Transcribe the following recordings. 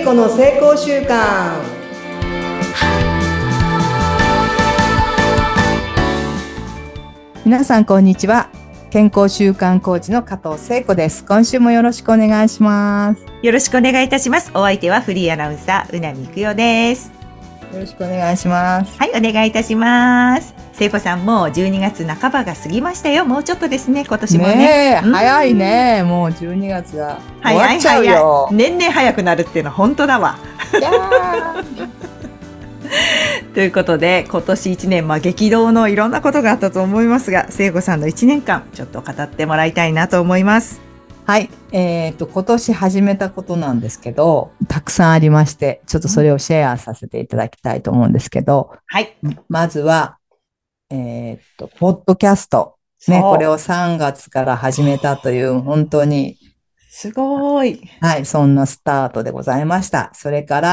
子の成功習慣。 皆さんこんにちは。健康習慣コーチの加藤聖子です。今週もよろしくお願いします。 よろしくお願いいたします。お相手はフリーアナウンサー、うなみくよです。 よろしくお願いします。 はい、お願いいたします。聖子さんも12月半ばが過ぎましたよ。もうちょっとですね、今年もね。 ねえ、早いね。もう12月が終わっちゃうよ。 年々早くなるっていうのは本当だわ。 いやということで、今年1年、激動のいろんなことがあったと思いますが、聖子さんの1年間、ちょっと語ってもらいたいなと思います。 はい。今年始めたことなんですけど、たくさんありまして、ちょっとそれをシェアさせていただきたいと思うんですけど、 はい。 まずは、ポッドキャスト。ね、これを3月から始めたという、本当に。 すごい。 はい、そんなスタートでございました。それから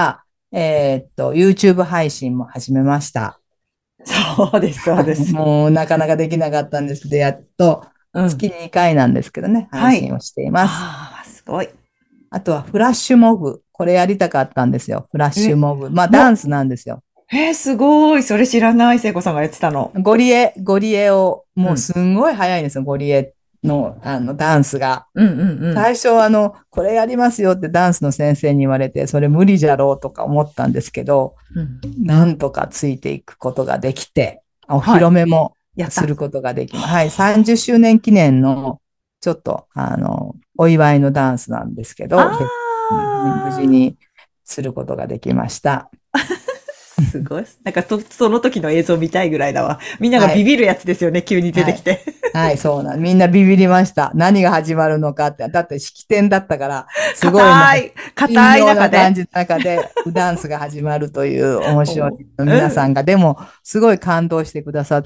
、YouTube 配信も始めました。 そうです、そうです。 もうなかなかできなかったんですけど、やっと月2回なんですけどね、配信をしています。 ああ、すごい。 あとはフラッシュモブ。これやりたかったんですよ。フラッシュモブ。ダンスなんですよ。 すごい。それ知らない。聖子さんがやってたの。 ゴリエを、もうすんごい早いんですよ。ゴリエの、ダンスが。最初これやりますよってダンスの先生に言われて、それ無理じゃろうとか思ったんですけど、なんとかついていくことができて、お披露目もすることができます。はい、30周年記念の、ちょっと、お祝いのダンスなんですけど、無事にすることができました。 すごい。なんかその時の映像見たいぐらいだわ。みんながビビるやつですよね、急に出てきて。 はい、そうなん。みんなビビりました。何が始まるのかって。だって式典だったから、すごい硬いな感じの中で、ダンスが始まるという面白い皆さんが、でも、すごい感動してくださって、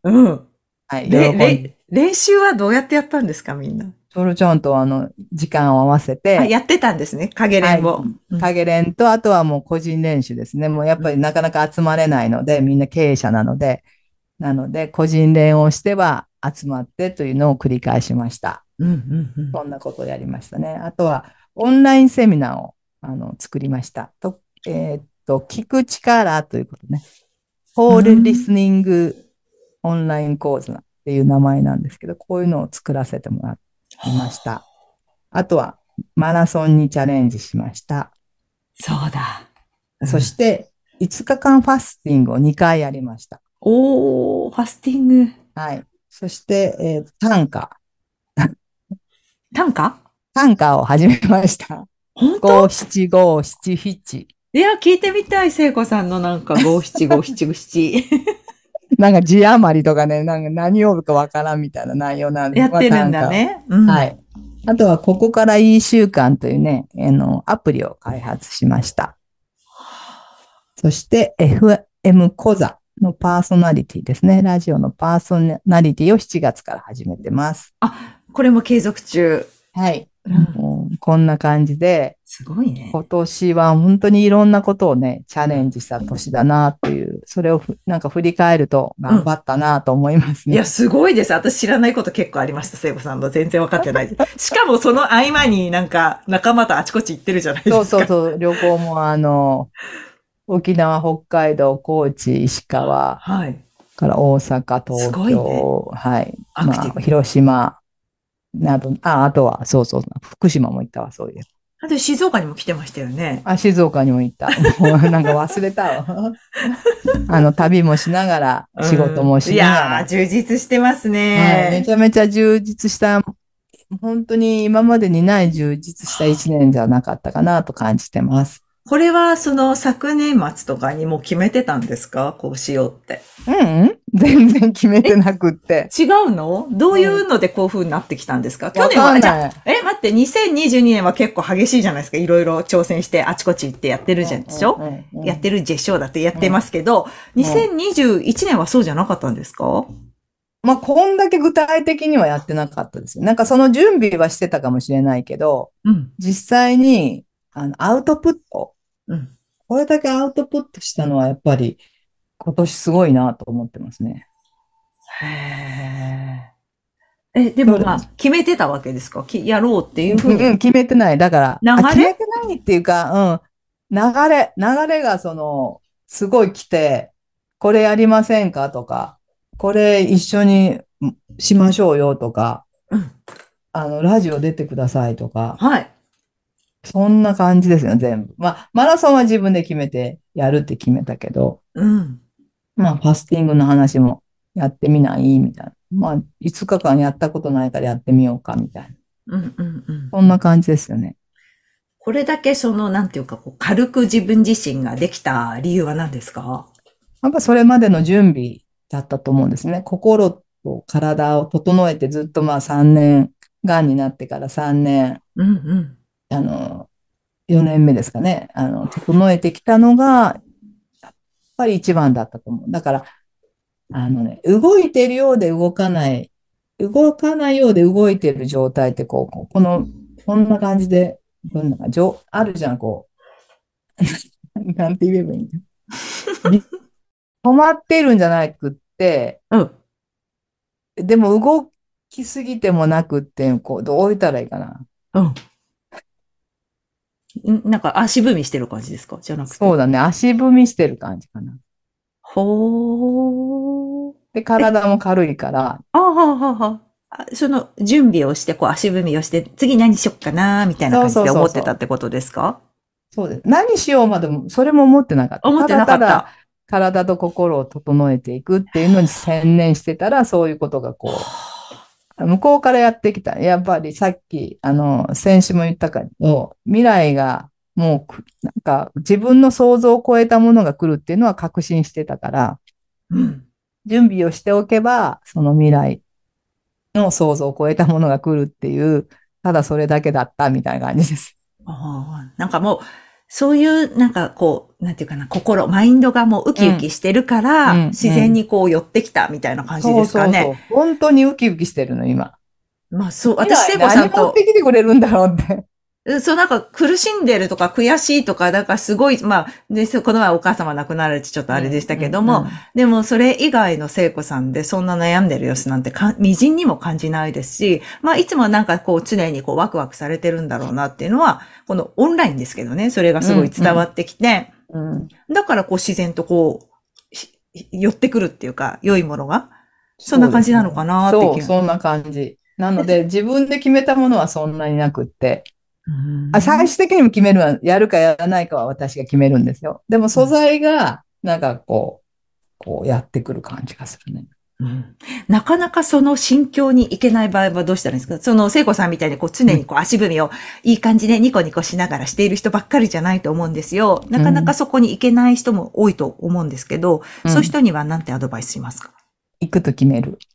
はい、練習はどうやってやったんですか、みんな。 それちゃんと時間を合わせて。 やってたんですね、影練を。 影練と、あとはもう個人練習ですね。もうやっぱりなかなか集まれないので、みんな経営者なので、個人練をしては集まってというのを繰り返しました。そんなことをやりましたね。あとは、オンラインセミナーを作りました。聞く力ということね。ホールリスニングオンライン講座っていう名前なんですけど、こういうのを作らせてもらっていました。あとは、マラソンにチャレンジしました。 そうだ。 そして、5日間ファスティングを2回やりました。 ファスティング。 はい。そして、短歌。 短歌短歌を始めました。 本当？ 五七五七七。 いや、聞いてみたい、聖子さんのなんか五七五七七。 なんか字余りとかね、なんか何をかわからんみたいな内容なんです。 やってるんだね。 はい。あとは、ここからいい習慣というね、アプリを開発しました。そして、FM 講座のパーソナリティですね。ラジオのパーソナリティを7月から始めてます。 これも継続中。 はい。こんな感じで、 すごいね。 今年は本当にいろんなことをね、チャレンジした年だなっていう、それをなんか振り返ると頑張ったなと思いますね。 いや、すごいです。私知らないこと結構ありました、聖子さんの。全然分かってない。しかもその合間になんか仲間とあちこち行ってるじゃないですか。 そう、旅行も沖縄、北海道、高知、石川、から大阪、東京、はい。広島など、あとは、福島も行ったわ、そういう。 あと静岡にも来てましたよね。 静岡にも行った。もうなんか忘れたわ。旅もしながら、仕事もしながら。 いやー、充実してますね。 めちゃめちゃ充実した、本当に今までにない充実した一年じゃなかったかなと感じてます。 これはその昨年末とかにもう決めてたんですか？こうしようって。 全然決めてなくって。 違うの？どういうのでこういう風になってきたんですか？去年は、待って、2022年は結構激しいじゃないですか。いろいろ挑戦してあちこち行ってやってるじゃんでしょ？やってるでしょだってやってますけど、2021年はそうじゃなかったんですか？ こんだけ具体的にはやってなかったですよ。なんかその準備はしてたかもしれないけど、実際に、アウトプット。これだけアウトプットしたのはやっぱり今年すごいなと思ってますね。 でも決めてたわけですか？やろうっていうふうに。 決めてない。だから、決めてないっていうか、 流れがすごい来て、これやりませんかとか、これ一緒にしましょうよとか、 うん。 ラジオ出てくださいとか、 はい。 そんな感じですよ、全部。まあ、マラソンは自分で決めてやるって決めたけど、 うん。 まあ、ファスティングの話もやってみないみたいな。まあ、5日間やったことないからやってみようかみたいな。 うんうんうん。 そんな感じですよね。 これだけなんていうか、軽く自分自身ができた理由は何ですか？ やっぱそれまでの準備だったと思うんですね。心と体を整えてずっとまあ3年、がんになってから3年、 うんうん。 あの、4年目ですかね。整えてきたのが、やっぱり一番だったと思う。だから、動いてるようで動かないようで動いてる状態ってこんな感じで、どんなか、あるじゃん、なんて言えばいいんだ。止まってるんじゃなくって、 うん。 でも動きすぎてもなくって、どう言ったらいいかな。 うん。なんか足踏みしてる感じですか？じゃなくて。 そうだね。足踏みしてる感じかな。 ほー。 で、 え、 体も軽いから、 あははは。その準備をして、足踏みをして、次何しよっかな、みたいなそうそう感じで思ってそうそう。 たってことですか？ そうです。何しようまでも、それも思ってなかった。た思ってなかだただ、 った。 体と心を整えていくっていうのに専念してたら、そういうことが向こうからやってきた。やっぱりさっき、先週も言ったけど、未来がもうなんか自分の想像を超えたものが来るっていうのは確信してたから、 うん。 準備をしておけば、その未来の想像を超えたものが来るっていう、ただそれだけだったみたいな感じです。 なんかもう、そういう、なんかなんていうかな、マインドがもうウキウキうん、 してるから、 うん、 自然に寄ってきたみたいな感じでそうすかね。 そうそう。本当にウキウキしてるの、今。 まあそう、私、 未来聖子さんと、 何持ってきてくれるんだろうって。 そうなんか苦しんでるとか悔しいとか、だからすごい、まあ、で、この前お母様亡くなられてちょっとあれでしうん、うん、 たけども、 うん。 でもそれ以外の聖子さんでそんな悩んでる様子なんて微塵にも感じないですし、まあいつもなんか常にワクワクされてるんだろうなっていうのは、このオンラインですけどね、それがすごいうん、うん、 伝わってきて、 うん。 だから自然と寄ってくるっていうか、良いものが、そんなそう感じなのかですね。そう、 なって気が。 そんな感じ。なので、自分で決めたものはそんなになくって、 うーん。 最終的にも決めるのは、やるかやらないかは私が決めるんですよ。でも素材が、なんかやってくる感じがするね。 うん、なかなかその心境に行けない場合はどうしたらいいんですか？聖子さんみたいに常に足踏みをいい感じでニコニコしながらしている人ばっかりじゃないと思うんですよ。なかなかうん、 そこに行けない人も多いと思うんですけど、そういううん。 人には何てアドバイスしますか？ 行くと決める。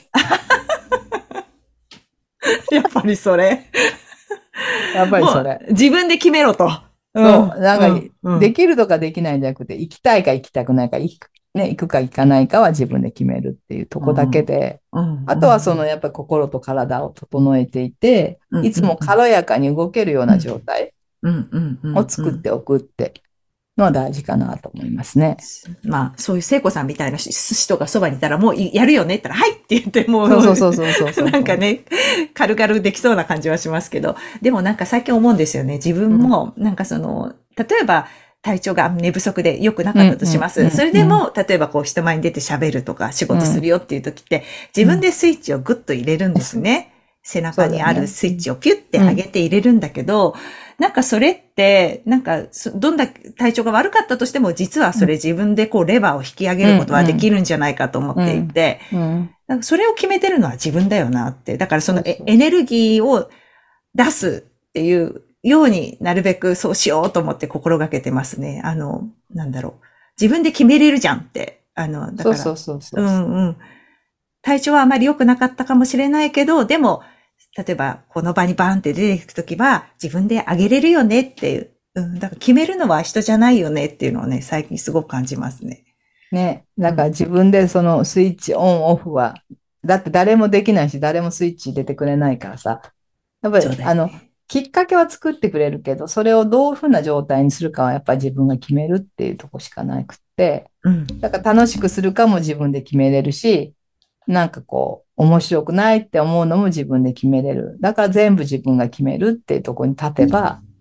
やっぱりそれ。 やっぱりもうそれ。 自分で決めろと。うん、 そう。なんか、 うん、うん。 できるとかできないんじゃなくて、行きたいか行きたくないか、行くか行かないかは自分で決めるっていうとこだけで、 うん、 あとはやっぱり心と体を整えていて、 うん、 いつもうん、 軽やかに動けるようなうん、 状態うん、うん、うん、うん。 を作っておくってのは大事かなと思いますね。 まあ、そういう聖子さんみたいな人がそばにいたら、もうやるよねって言ったら、はいって言って、もう、 そうそうそうそうそうそうそう。 なんかね、軽々できそうな感じはしますけど、でもなんか最近思うんですよね。自うん、 分も、なんか例えば、体調が寝不足で良くなかったうん、うん、うとします。そん、うん、 れでも、例えば人前に出て喋るとか仕うん、 事するよっていう時って、自うん。 分でスイッチをグッと入れるんですそう、 ね。背中にあるそうだね。 スイッチをピュッてうん、 上げて入れるんだけど、なんかそれって、なんか、どんな体調が悪かったとしても、実はうん、 それ自分でレバーを引き上げうん、 ることはできるんじゃないかと思っていうん、 て、 うん。 なんかそれを決めてるのは自分だよなって。だからそのそうそう。 エネルギーを出すっていうようになるべくそうしようと思って心がけてますね。なんだろう。自分で決めれるじゃんって。だから、 そうそうそうそう。 うんうん。体調はあまり良くなかったかもしれないけど、でも、例えば、この場にバーンって出ていくときは、自分であげれるよねっていう。うん。だから決めるのは人じゃないよねっていうのをね、最近すごく感じますね。 ね。だからうん。 自分でそのスイッチオンオフは、だって誰もできないし、誰もスイッチ入れてくれないからさ。やっぱり、 そうだよね。 きっかけは作ってくれるけど、それをどういうふうな状態にするかはやっぱり自分が決めるっていうとこしかなくって、 うん。 だから楽しくするかも自分で決めれるし、なんか面白くないって思うのも自分で決めれる。だから全部自分が決めるっていうところに立てば、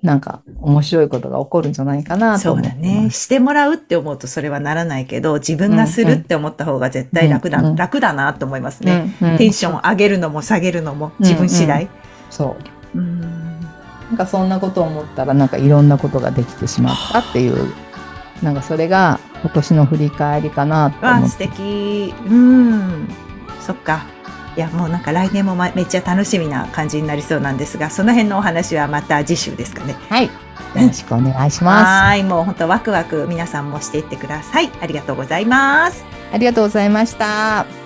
なんか面白いことが起こるんじゃないかなとそう思ってます。 だね。してもらうって思うとそれはならないけど、自分がするって思った方が絶対楽だ、楽だなと思いますね。テンション上げるのも下げるのも自分次第。 そう。なんかそんなことを思ったらなんかいろんなことができてしまったっていう、なんかそれが今年の振り返りかなと思って。 素敵。そっか。いや、もうなんか来年もめっちゃ楽しみな感じになりそうなんですが、その辺のお話はまた次週ですかね。 はい。よろしくお願いします。 はい。もう本当ワクワク皆さんもしていってください。ありがとうございます。 ありがとうございました。